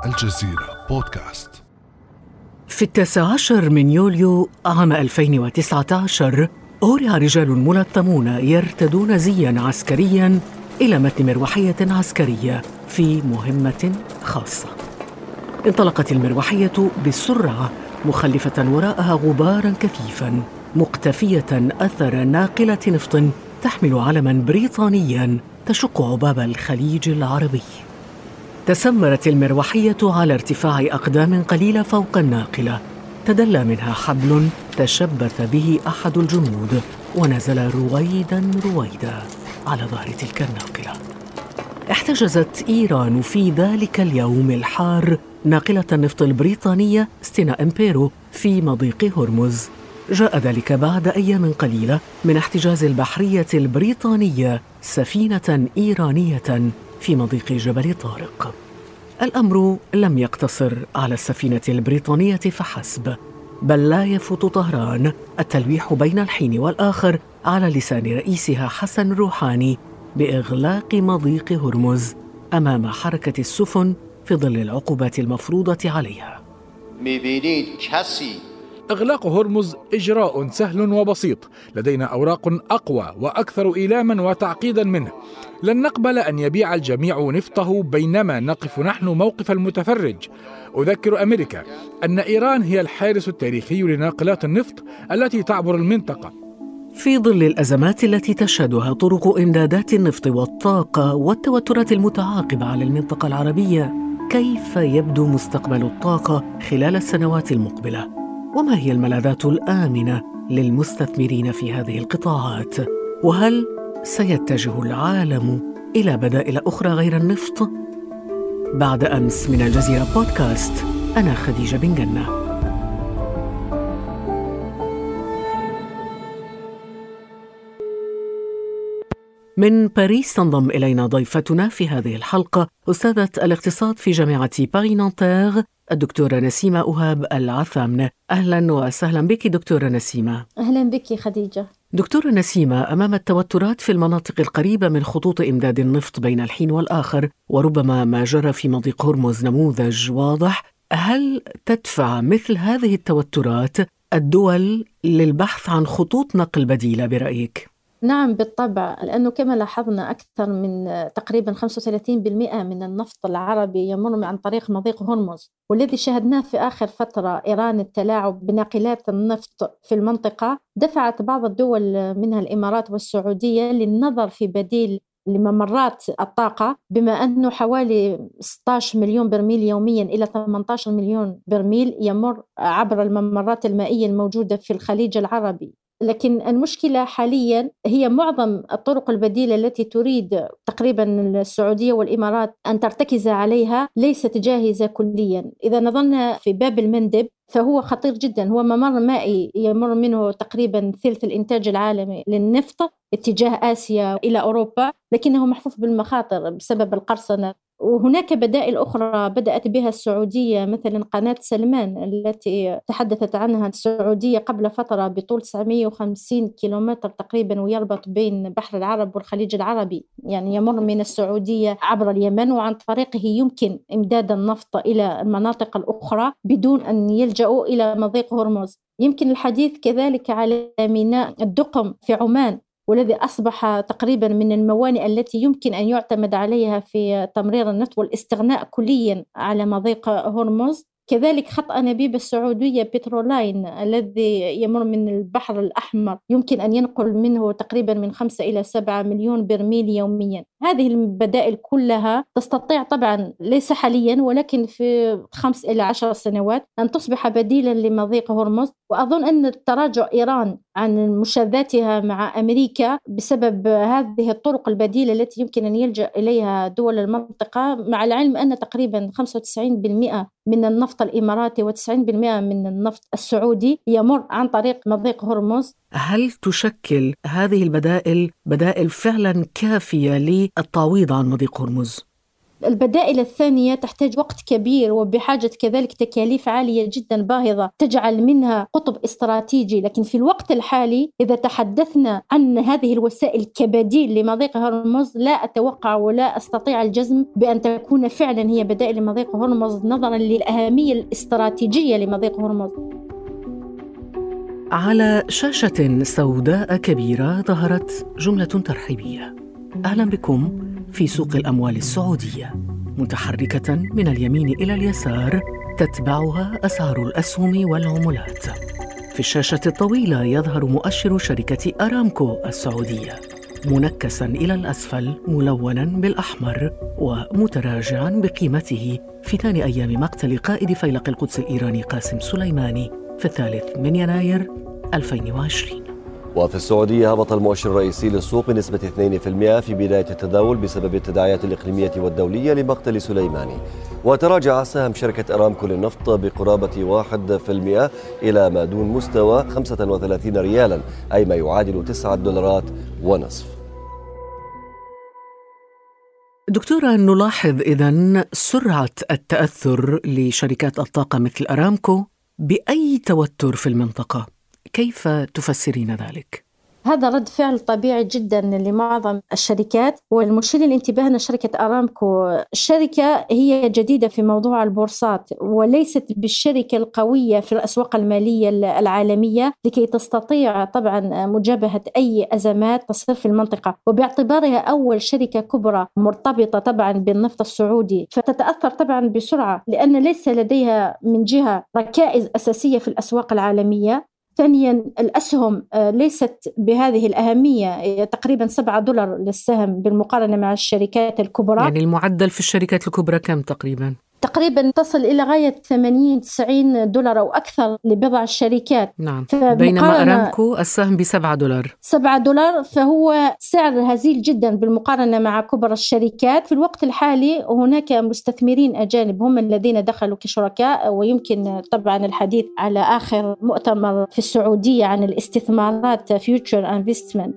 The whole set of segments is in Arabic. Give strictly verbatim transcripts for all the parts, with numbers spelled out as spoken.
الجزيرة بودكاست. في التاسع عشر من يوليو عام ألفين وتسعة عشر أورع رجال ملثمون يرتدون زياً عسكرياً إلى متن مروحية عسكرية في مهمة خاصة. انطلقت المروحية بسرعة مخلفة وراءها غباراً كثيفاً، مقتفية أثر ناقلة نفط تحمل علماً بريطانياً تشق عباب الخليج العربي. تسمرت المروحية على ارتفاع أقدام قليلة فوق الناقلة، تدلى منها حبل تشبث به أحد الجنود ونزل رويداً رويداً على ظهر تلك الناقلة. احتجزت إيران في ذلك اليوم الحار ناقلة النفط البريطانية ستينا إمبيرو في مضيق هرمز. جاء ذلك بعد أيام قليلة من احتجاز البحرية البريطانية سفينة إيرانية في مضيق جبل طارق. الأمر لم يقتصر على السفينة البريطانية فحسب، بل لا يفوت طهران التلويح بين الحين والآخر على لسان رئيسها حسن روحاني بإغلاق مضيق هرمز أمام حركة السفن في ظل العقوبات المفروضة عليها. إغلاق هرمز إجراء سهل وبسيط، لدينا أوراق أقوى وأكثر إيلاما وتعقيدا منه. لن نقبل أن يبيع الجميع نفطه بينما نقف نحن موقف المتفرج. أذكر أمريكا أن إيران هي الحارس التاريخي لناقلات النفط التي تعبر المنطقة. في ظل الأزمات التي تشهدها طرق إمدادات النفط والطاقة والتوترات المتعاقبة على المنطقة العربية، كيف يبدو مستقبل الطاقة خلال السنوات المقبلة؟ وما هي الملاذات الآمنة للمستثمرين في هذه القطاعات؟ وهل سيتجه العالم إلى بدائل أخرى غير النفط؟ بعد أمس من الجزيرة بودكاست، أنا خديجة بن جنة. من باريس تنضم إلينا ضيفتنا في هذه الحلقة أستاذة الاقتصاد في جامعة باري نانتير الدكتورة نسيمة أوهاب العثامنة. أهلاً وسهلاً بك دكتورة نسيمة. أهلاً بك خديجة. دكتورة نسيمة، أمام التوترات في المناطق القريبة من خطوط إمداد النفط بين الحين والآخر، وربما ما جرى في مضيق هرمز نموذج واضح، هل تدفع مثل هذه التوترات الدول للبحث عن خطوط نقل بديلة برأيك؟ نعم بالطبع، لأنه كما لاحظنا أكثر من تقريبا خمسة وثلاثين بالمئة من النفط العربي يمر عن طريق مضيق هرمز، والذي شاهدناه في آخر فترة إيران التلاعب بناقلات النفط في المنطقة دفعت بعض الدول منها الإمارات والسعودية للنظر في بديل لممرات الطاقة، بما أنه حوالي ستة عشر مليون برميل يوميا إلى ثمانية عشر مليون برميل يمر عبر الممرات المائية الموجودة في الخليج العربي. لكن المشكلة حاليا هي معظم الطرق البديلة التي تريد تقريبا السعودية والإمارات أن ترتكز عليها ليست جاهزة كليا. إذا نظرنا في باب المندب فهو خطير جدا، هو ممر مائي يمر منه تقريبا ثلث الإنتاج العالمي للنفط اتجاه آسيا إلى أوروبا، لكنه محفوف بالمخاطر بسبب القرصنة. وهناك بدائل أخرى بدأت بها السعودية، مثلا قناة سلمان التي تحدثت عنها السعودية قبل فترة بطول تسعمئة وخمسين كيلومتر تقريبا، ويربط بين بحر العرب والخليج العربي، يعني يمر من السعودية عبر اليمن، وعن طريقه يمكن إمداد النفط إلى المناطق الأخرى بدون أن يلجأوا إلى مضيق هرمز. يمكن الحديث كذلك على ميناء الدقم في عمان، والذي أصبح تقريبا من الموانئ التي يمكن أن يعتمد عليها في تمرير النفط والاستغناء كليا على مضيق هرمز. كذلك خط أنابيب السعودية بترولاين الذي يمر من البحر الأحمر يمكن أن ينقل منه تقريبا من خمسة إلى سبعة مليون برميل يوميا. هذه البدائل كلها تستطيع طبعا ليس حاليا ولكن في خمس إلى عشر سنوات أن تصبح بديلا لمضيق هرمز. وأظن أن تراجع إيران عن مشاذاتها مع أمريكا بسبب هذه الطرق البديلة التي يمكن أن يلجأ إليها دول المنطقة، مع العلم أن تقريبا خمسة وتسعين بالمئة من النفط الإماراتي وتسعين بالمئة من النفط السعودي يمر عن طريق مضيق هرمز. هل تشكل هذه البدائل بدائل فعلا كافية للتعويض عن مضيق هرمز؟ البدائل الثانية تحتاج وقت كبير وبحاجة كذلك تكاليف عالية جدا باهظة تجعل منها قطب استراتيجي. لكن في الوقت الحالي إذا تحدثنا عن هذه الوسائل كبديل لمضيق هرمز لا أتوقع ولا أستطيع الجزم بأن تكون فعلا هي بدائل لمضيق هرمز نظرا للأهمية الاستراتيجية لمضيق هرمز. على شاشة سوداء كبيرة ظهرت جملة ترحيبية: أهلا بكم في سوق الأموال السعودية، متحركة من اليمين إلى اليسار تتبعها أسعار الأسهم والعملات. في الشاشة الطويلة يظهر مؤشر شركة أرامكو السعودية منكساً إلى الأسفل ملوناً بالأحمر ومتراجعاً بقيمته في ثاني أيام مقتل قائد فيلق القدس الإيراني قاسم سليماني في الثالث من يناير ألفين وعشرين. وفي السعودية هبط المؤشر الرئيسي للسوق بنسبة اثنين بالمئة في بداية التداول بسبب التداعيات الإقليمية والدولية لمقتل سليماني، وتراجع سهم شركة أرامكو للنفط بقرابة واحد بالمئة إلى ما دون مستوى خمسة وثلاثين ريالا، أي ما يعادل تسعة دولارات ونصف. دكتورة، نلاحظ إذن سرعة التأثر لشركات الطاقة مثل أرامكو بأي توتر في المنطقة، كيف تفسرين ذلك؟ هذا رد فعل طبيعي جدا لمعظم الشركات، والمشير للانتباه أن شركة أرامكو الشركة هي جديدة في موضوع البورصات وليست بالشركة القوية في الأسواق المالية العالمية لكي تستطيع طبعا مجابهة أي أزمات تصير في المنطقة، وباعتبارها أول شركة كبرى مرتبطة طبعا بالنفط السعودي فتتأثر طبعا بسرعة لأن ليس لديها من جهة ركائز أساسية في الأسواق العالمية. ثانياً الأسهم ليست بهذه الأهمية، تقريباً سبعة دولار للسهم بالمقارنة مع الشركات الكبرى. يعني المعدل في الشركات الكبرى كم تقريباً؟ تقريباً تصل إلى غاية ثمانين تسعين دولار أو أكثر لبضع الشركات. نعم. بينما أرامكو السهم بسبعة دولار. سبعة دولار، فهو سعر هزيل جداً بالمقارنة مع كبرى الشركات. في الوقت الحالي هناك مستثمرين أجانب هم الذين دخلوا كشركاء، ويمكن طبعاً الحديث على آخر مؤتمر في السعودية عن الاستثمارات future investment.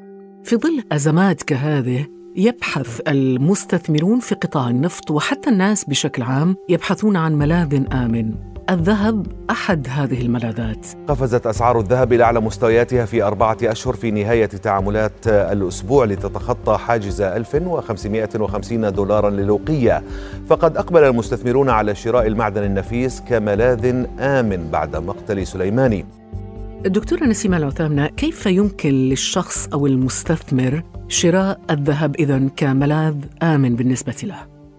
في ظل أزمات كهذه يبحث المستثمرون في قطاع النفط وحتى الناس بشكل عام يبحثون عن ملاذ آمن. الذهب أحد هذه الملاذات. قفزت أسعار الذهب إلى أعلى مستوياتها في أربعة أشهر في نهاية تعاملات الأسبوع لتتخطى حاجز ألف وخمسمائة وخمسين دولارا للأوقية. فقد أقبل المستثمرون على شراء المعدن النفيس كملاذ آمن بعد مقتل سليماني. الدكتورة نسيمة العثامنة، كيف يمكن للشخص أو المستثمر شراء الذهب إذن كملاذ آمن بالنسبة له؟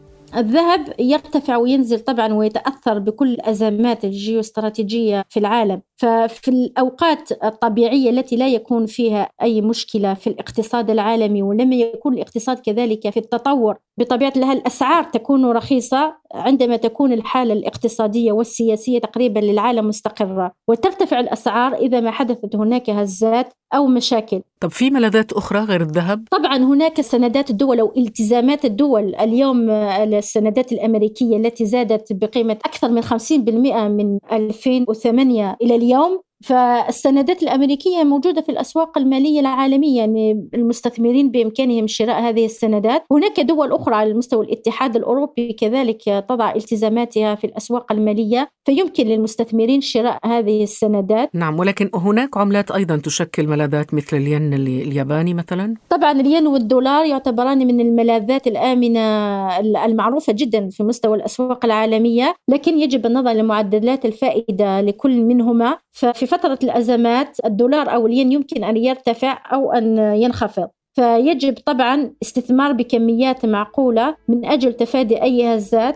الذهب يرتفع وينزل طبعا ويتأثر بكل الأزمات الجيوستراتيجية في العالم. ففي الأوقات الطبيعية التي لا يكون فيها أي مشكلة في الاقتصاد العالمي ولم يكون الاقتصاد كذلك في التطور بطبيعة لها الأسعار تكون رخيصة عندما تكون الحالة الاقتصادية والسياسية تقريبا للعالم مستقرة، وترتفع الأسعار إذا ما حدثت هناك هزات أو مشاكل. طب في ملاذات أخرى غير الذهب؟ طبعا هناك سندات الدول أو التزامات الدول. اليوم السندات الأمريكية التي زادت بقيمة أكثر من خمسين بالمئة من ألفين وثمانية إلى اليوم، فالسندات الأمريكية موجودة في الأسواق المالية العالمية، يعني المستثمرين بإمكانهم شراء هذه السندات. هناك دول أخرى على مستوى الاتحاد الأوروبي كذلك تضع التزاماتها في الأسواق المالية، فيمكن للمستثمرين شراء هذه السندات. نعم، ولكن هناك عملات أيضا تشكل ملاذات مثل الين الياباني مثلا. طبعا الين والدولار يعتبران من الملاذات الآمنة المعروفة جدا في مستوى الأسواق العالمية، لكن يجب النظر لمعدلات الفائدة لكل منهما. ففي فترة الأزمات الدولار أو الين يمكن أن يرتفع أو أن ينخفض، فيجب طبعا استثمار بكميات معقولة من أجل تفادي أي هزات.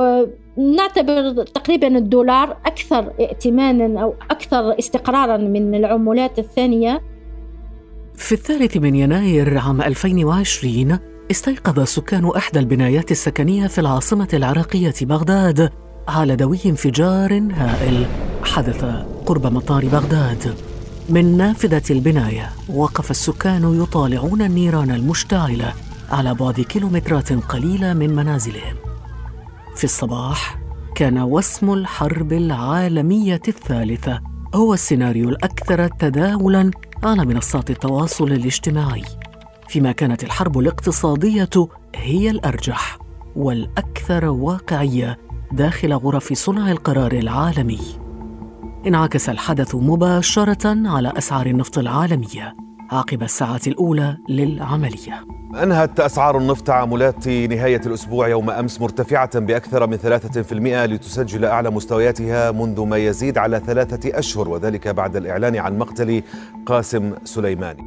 ونعتبر تقريبا الدولار أكثر ائتمانا أو أكثر استقرارا من العملات الثانية. في الثالث من يناير عام ألفين وعشرين استيقظ سكان إحدى البنايات السكنية في العاصمة العراقية بغداد على دوي انفجار هائل حدث قرب مطار بغداد. من نافذة البناية وقف السكان يطالعون النيران المشتعلة على بعد كيلومترات قليلة من منازلهم. في الصباح كان وسم الحرب العالمية الثالثة هو السيناريو الأكثر تداولاً على منصات التواصل الاجتماعي، فيما كانت الحرب الاقتصادية هي الأرجح. والأكثر واقعية داخل غرف صنع القرار العالمي. انعكس الحدث مباشرة على أسعار النفط العالمية عقب الساعة الأولى للعملية. أنهت أسعار النفط تعاملات نهاية الأسبوع يوم أمس مرتفعة بأكثر من ثلاثة بالمئة لتسجل أعلى مستوياتها منذ ما يزيد على ثلاثة أشهر، وذلك بعد الإعلان عن مقتل قاسم سليماني.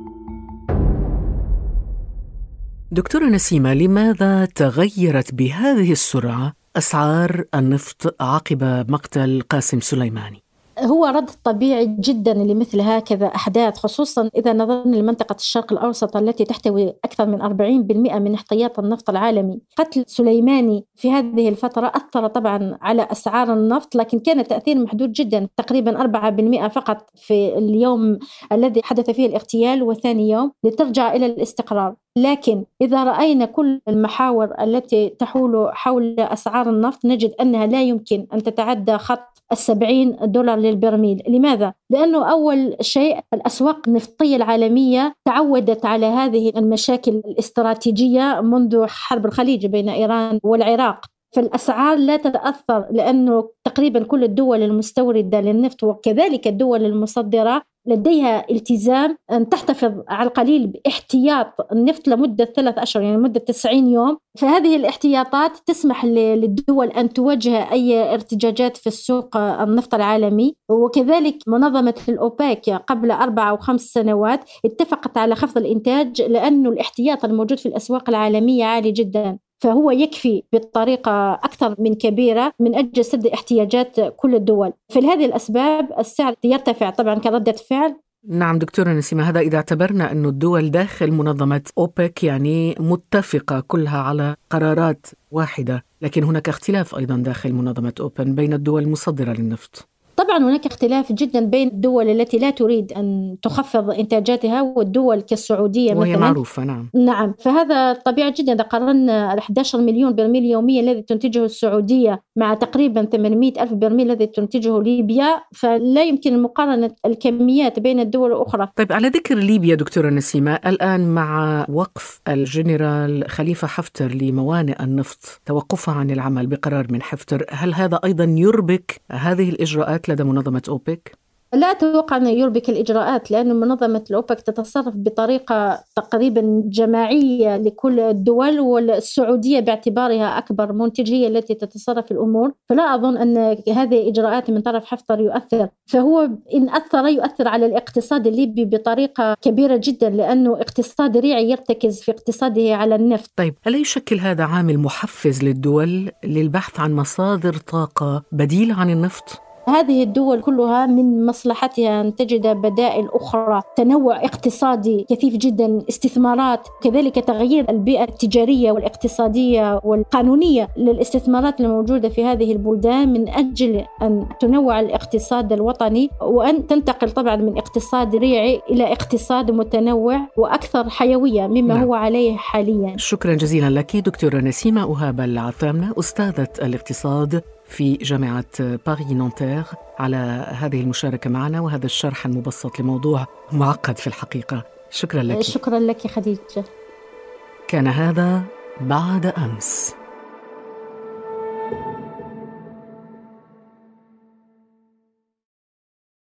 دكتورة نسيمة، لماذا تغيرت بهذه السرعة أسعار النفط عقب مقتل قاسم سليماني؟ هو رد طبيعي جدا لمثل هكذا أحداث، خصوصا إذا نظرنا لمنطقة الشرق الأوسط التي تحتوي أكثر من أربعين بالمئة من احتياطي النفط العالمي. قتل سليماني في هذه الفترة أثر طبعا على أسعار النفط، لكن كان تأثير محدود جدا، تقريبا أربعة بالمئة فقط في اليوم الذي حدث فيه الاغتيال وثاني يوم لترجع إلى الاستقرار. لكن إذا رأينا كل المحاور التي تحول حول أسعار النفط نجد أنها لا يمكن أن تتعدى خط السبعين دولار للبرميل. لماذا؟ لأنه أول شيء الأسواق النفطية العالمية تعودت على هذه المشاكل الاستراتيجية منذ حرب الخليج بين إيران والعراق، فالأسعار لا تتأثر لأنه تقريبا كل الدول المستوردة للنفط وكذلك الدول المصدرة لديها التزام أن تحتفظ على القليل باحتياط النفط لمدة ثلاث أشهر، يعني مدة تسعين يوم. فهذه الاحتياطات تسمح للدول أن تواجه أي ارتجاجات في السوق النفط العالمي. وكذلك منظمة الأوبك قبل أربع أو خمس سنوات اتفقت على خفض الإنتاج لأن الاحتياط الموجود في الأسواق العالمية عالي جدا، فهو يكفي بطريقة أكثر من كبيرة من أجل سد احتياجات كل الدول. فلهذه الأسباب السعر يرتفع طبعا كردة فعل. نعم دكتورة نسيمة، هذا إذا اعتبرنا أن الدول داخل منظمة أوبك يعني متفقة كلها على قرارات واحدة، لكن هناك اختلاف أيضا داخل منظمة أوبك بين الدول المصدرة للنفط. طبعا هناك اختلاف جدا بين الدول التي لا تريد أن تخفض إنتاجاتها والدول كالسعودية وهي مثلا معروفة. نعم نعم فهذا طبيعي جدا. إذا قارنا أحد عشر مليون برميل يوميا الذي تنتجه السعودية مع تقريبا ثمانمئة ألف برميل الذي تنتجه ليبيا، فلا يمكن مقارنة الكميات بين الدول الأخرى. طيب، على ذكر ليبيا دكتورة نسيمة، الآن مع وقف الجنرال خليفة حفتر لموانئ النفط توقفها عن العمل بقرار من حفتر، هل هذا أيضا يربك هذه الإجراءات لدى منظمة أوبك؟ لا أتوقع أن يربك الإجراءات، لأن منظمة الأوبك تتصرف بطريقة تقريبا جماعية لكل الدول، والسعودية باعتبارها أكبر منتج هي التي تتصرف الأمور، فلا أظن أن هذه إجراءات من طرف حفتر يؤثر. فهو إن أثر يؤثر على الاقتصاد الليبي بطريقة كبيرة جدا، لأنه اقتصاد ريعي يرتكز في اقتصاده على النفط. طيب، هل يشكل هذا عامل محفز للدول للبحث عن مصادر طاقة بديلة عن النفط؟ هذه الدول كلها من مصلحتها أن تجد بدائل أخرى، تنوع اقتصادي كثيف جدا، استثمارات، كذلك تغيير البيئة التجارية والاقتصادية والقانونية للاستثمارات الموجودة في هذه البلدان من أجل أن تنوع الاقتصاد الوطني وأن تنتقل طبعا من اقتصاد ريعي إلى اقتصاد متنوع وأكثر حيوية مما نعم. هو عليه حاليا. شكرا جزيلا لك دكتورة نسيمة أوهاب العثامنة، أستاذة الاقتصاد في جامعة باريس نانتير، على هذه المشاركة معنا وهذا الشرح المبسط لموضوع معقد في الحقيقة. شكرا لك. شكرا لك خديجة. كان هذا بعد أمس.